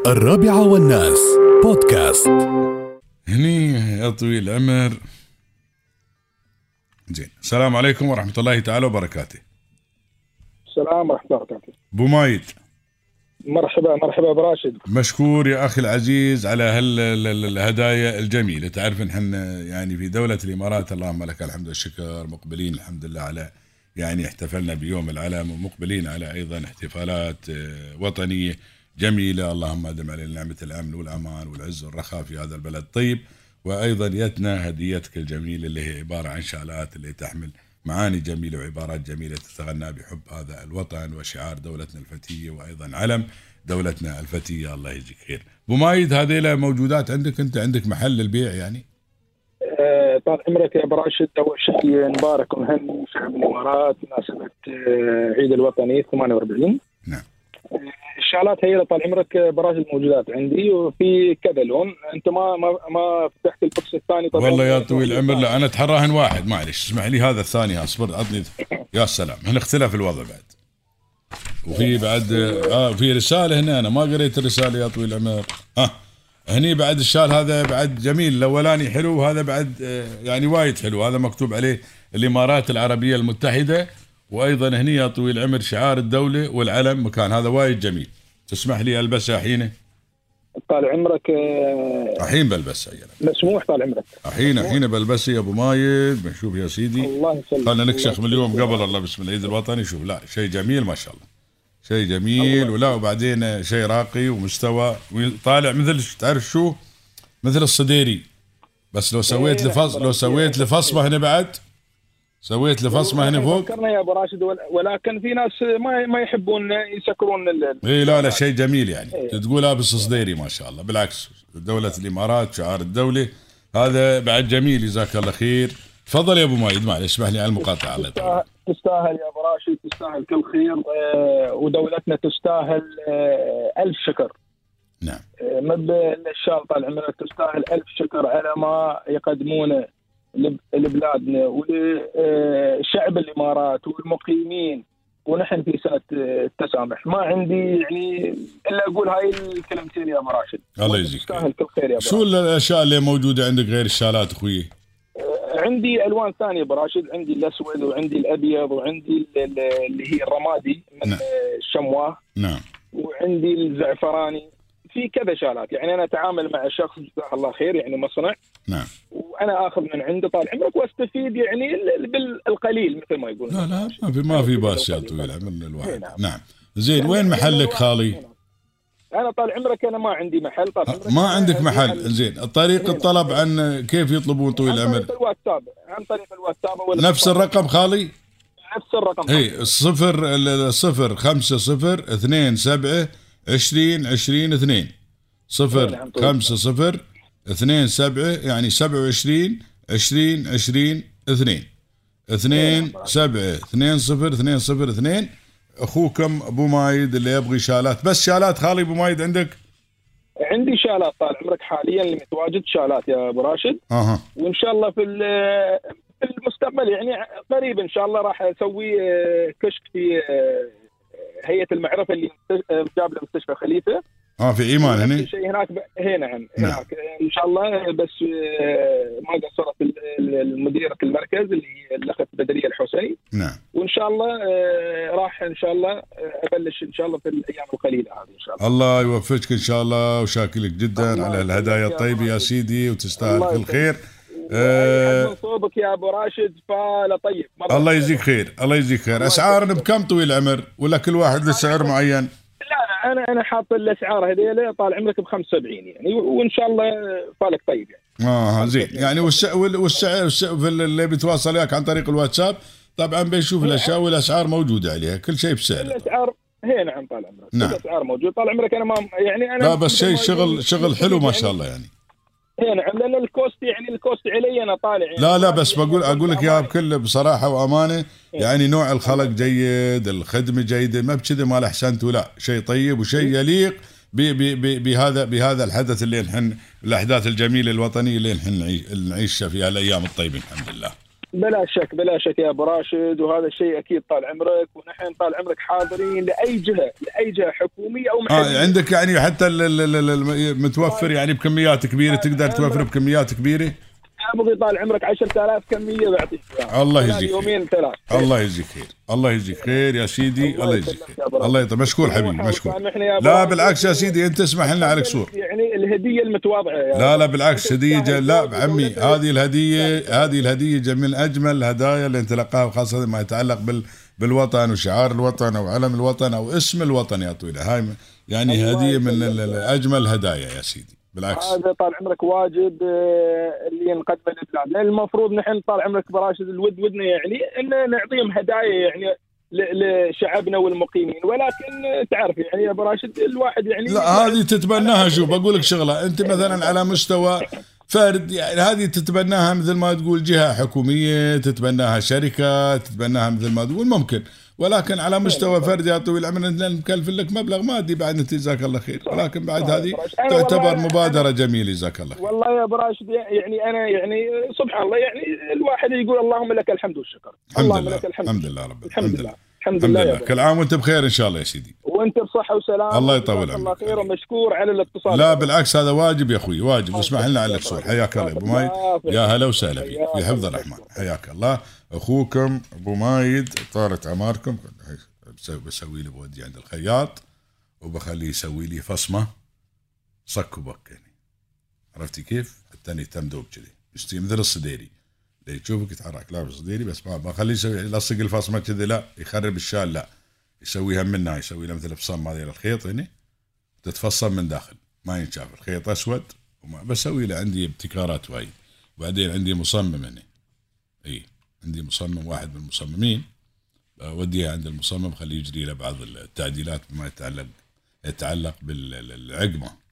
الرابعة والناس بودكاست. هني يا طويل العمر. زين، السلام عليكم ورحمة الله تعالى وبركاته. السلام ورحمة الله وبركاته. أبو مايد، مرحبا براشد. مشكور يا أخي العزيز على الهدايا الجميلة. تعرف نحن يعني في دولة الإمارات اللهم لك الحمد والشكر مقبلين الحمد لله على يعني احتفلنا بيوم العلم، ومقبلين على أيضا احتفالات وطنية جميلة. اللهم أدم علينا نعمة الأمن والأمان والعز والرخاء في هذا البلد الطيب. وأيضا يتنا هديتك الجميلة اللي هي عبارة عن شالات اللي تحمل معاني جميلة وعبارات جميلة تتغنى بحب هذا الوطن وشعار دولتنا الفتية، وأيضا علم دولتنا الفتية. الله يجزيك خير. أبو مايد، هذه موجودات عندك؟ أنت عندك محل للبيع يعني؟ طال عمرك يا براشد. أول شيء نبارك ونهني شعب الإمارات بمناسبة عيد الوطني 48. نعم. الشالات هي طال عمرك براشد موجودات عندي وفي كذا لون. أنت ما فتحت البوكس الثاني طبعا. والله يا طويل العمر، لا أنا أتحراهن واحد، معلش اسمح لي هذا الثاني. اصبر عطني. يا سلام، هنا اختلف الوضع بعد. وفي بعد في رسالة هنا، أنا ما قريت الرسالة يا طويل العمر. هني بعد الشال هذا بعد جميل، الأولاني حلو، وهذا بعد يعني وايد حلو. هذا مكتوب عليه الإمارات العربية المتحدة، وأيضا هني يا طويل العمر شعار الدولة والعلم مكان. هذا وايد جميل. تسمح لي ألبسها حينه؟ طال عمرك الحين بلبسها يا مسموح طال عمرك. الحين بلبسها يا أبو مايد. بنشوف يا سيدي. الله يسلمك. خلنا نكشخ من اليوم قبل الله بسم العيد الوطني. شوف، لا شيء جميل ما شاء الله، شيء جميل. ولا وبعدين شيء راقي ومستوى وطالع مثل تعرف شو، مثل الصديري. بس لو سويت لفصمة هنا بعد، سويت لفصمة هنا فوق. فكرنا يا ابو راشد، ولكن في ناس ما يحبون يسكرون لا شيء جميل يعني. تقول لابس صديري ما شاء الله. بالعكس، دولة الإمارات شعار الدولة، هذا بعد جميل. جزاك الله خير. تفضل يا ابو مايد، معلش اسمح لي على المقاطعة. الله يطول. تستاهل يا ابو راشد، تستاهل كل خير. ودولتنا تستاهل ألف شكر. نعم. الشال طال عمرك تستاهل ألف شكر على ما يقدمونه لبلادنا ولشعب الإمارات والمقيمين. ونحن في سنة التسامح. ما عندي يعني إلا أقول هاي الكلمتين يا أبو راشد. الله يجزيك. تستاهل كل خير يا أبو. شو الأشياء اللي موجودة عندك غير الشالات أخوي؟ عندي ألوان ثانية أبو راشد. عندي الأسود وعندي الأبيض وعندي اللي هي الرمادي من الشمواه. نعم. وعندي الزعفراني. في كذا شالات يعني. أنا أتعامل مع شخص جزاه الله خير يعني مصنع. نعم. وأنا آخذ من عنده طال عمرك واستفيد يعني بالقليل مثل ما يقول. لا ما في باس يا طويل العمر الواحد. نعم. زين، وين محلك خالي؟ أنا طال عمرك أنا ما عندي محل طال عمرك. ما عندك محل. زين، طريق الطلب عن كيف يطلبون طويل العمر؟ عن طريق الواتساب. نفس الرقم خالي؟ نفس الرقم. اي 050272020 05027 يعني 27 20 20 2 272020 اخوكم ابو مايد اللي يبغي شالات. بس شالات خالي ابو مايد عندك؟ عندي شالات طال عمرك حاليا اللي متواجد شالات يا ابو راشد. وان شاء الله في المستقبل يعني قريب ان شاء الله راح اسوي كشك في هيئة المعرفة اللي جاب له مستشفى خليفة. في ايمان هنا شيء هناك. نعم. هناك ان شاء الله. بس ما قصرت المديرة المركز اللي هي الاخت بدرية الحسيني. نعم. وان شاء الله راح ان شاء الله ابلش ان شاء الله في الايام القليلة هذه ان شاء الله. الله يوفقك ان شاء الله، وشاكرك جدا على الهدايا الطيبة يا سيدي، وتستاهل كل خير. صوبك يا ابو راشد فلا طيب. الله يجزيك خير. الله يجزيك خير. اسعارنا بكم طويل العمر ولا كل واحد له سعر معين؟ لا انا حاط الاسعار هذيله طال عمرك ب 75 يعني. وان شاء الله فالك طيب يعني. زين يعني. والسعر اللي بيتواصل وياك عن طريق الواتساب طبعا بيشوف الاشياء والاسعار موجوده عليها، كل شيء بسعر. الاسعار نعم طال عمرك. نعم. الاسعار موجود طال عمرك. انا ما يعني انا لا بس شيء شغل حلو ما شاء الله يعني. نعم. لان الكوست علي انا طالع يعني. لا بس اقول لك يا بكل بصراحه وامانه يعني نوع الخلق جيد، الخدمه جيده، ما بكذا مال احسنتوا. لا شيء طيب وشيء يليق بهذا الحدث اللي نحن الاحداث الجميله الوطنيه اللي نحن نعيشها في هالايام الطيبه الحمد لله. بلا شك بلا شك يا ابو راشد، وهذا الشيء اكيد طال عمرك، ونحن طال عمرك حاضرين لاي جهه حكوميه او محليه. عندك يعني حتى متوفر يعني بكميات كبيره، تقدر توفر بكميات كبيره. ابغي طال عمرك 10,000 كميه بعطيك اياها. الله يجزيك يومين ثلاث. الله يجزيك خير، الله يجزيك خير يا سيدي، الله يجزيك خير. الله يطول، مشكور حبيبي، مشكور. لا بالعكس يا سيدي، انت اسمح لنا عليك صور. يعني الهديه المتواضعه لا بالعكس، هديه لا عمي، هذه الهديه من اجمل الهدايا اللي نتلقاها، وخاصه ما يتعلق بالوطن وشعار الوطن او علم الوطن او اسم الوطن يا طويله. هاي يعني هديه من اجمل الهدايا يا سيدي، بالعكس. هذا طال عمرك واجب اللي نقدمه للبلاد، لان المفروض نحن طال عمرك براشد ودنا يعني ان نعطيهم هدايا يعني لشعبنا والمقيمين، ولكن تعرف يعني يا براشد الواحد يعني لا هذه تتبناها. شوف بقول لك شغله، انت مثلا على مستوى فرد يعني هذه تتبناها مثل ما تقول جهه حكوميه، تتبناها شركه، تتبناها مثل ما تقول ممكن، ولكن على مستوى فرد يا طويل العمر نكلف لك مبلغ مادي بعد، انت جزاك الله خير، ولكن بعد هذه تعتبر مبادره جميله، جزاك الله خير. والله يا براشد يعني انا يعني سبحان الله، يعني الواحد يقول اللهم لك الحمد والشكر. الحمد لله، الحمد لله رب الحمد لله. كل عام وانت بخير ان شاء الله يا سيدي، وانت بصحه وسلامه. الله يطول عمرك. الله خير ومشكور على الاتصال. لا بالعكس، هذا واجب يا اخوي، واجب. اسمح لنا على الصور. حياك الله ابو مايد، يا هلا وسهلا فيك، في حفظ الرحمن. حياك الله اخوكم ابو مايد، طارت عماركم. بسوي لي بودي عند الخياط وبخليه يسوي لي فصمه صك وبك، يعني عرفتي كيف؟ الثاني تمدوب كذي، يشتي مثل الصديري اللي يشوفك يتحرك لابس صديري، بس ما بخليه يسوي يلصق الفصمه كذي، لا يخرب الشال، لا يسويها منها، يسوي له مثل فصم هذه الخيط هنا تتفصم من داخل ما ينشاف، الخيط اسود، وما بسوي له. عندي ابتكارات وايد. وبعدين عندي مصمم هنا، اي عندي مصمم، واحد من المصممين وديها عند المصمم، خليه يجري له بعض التعديلات بما يتعلق بالعقمه.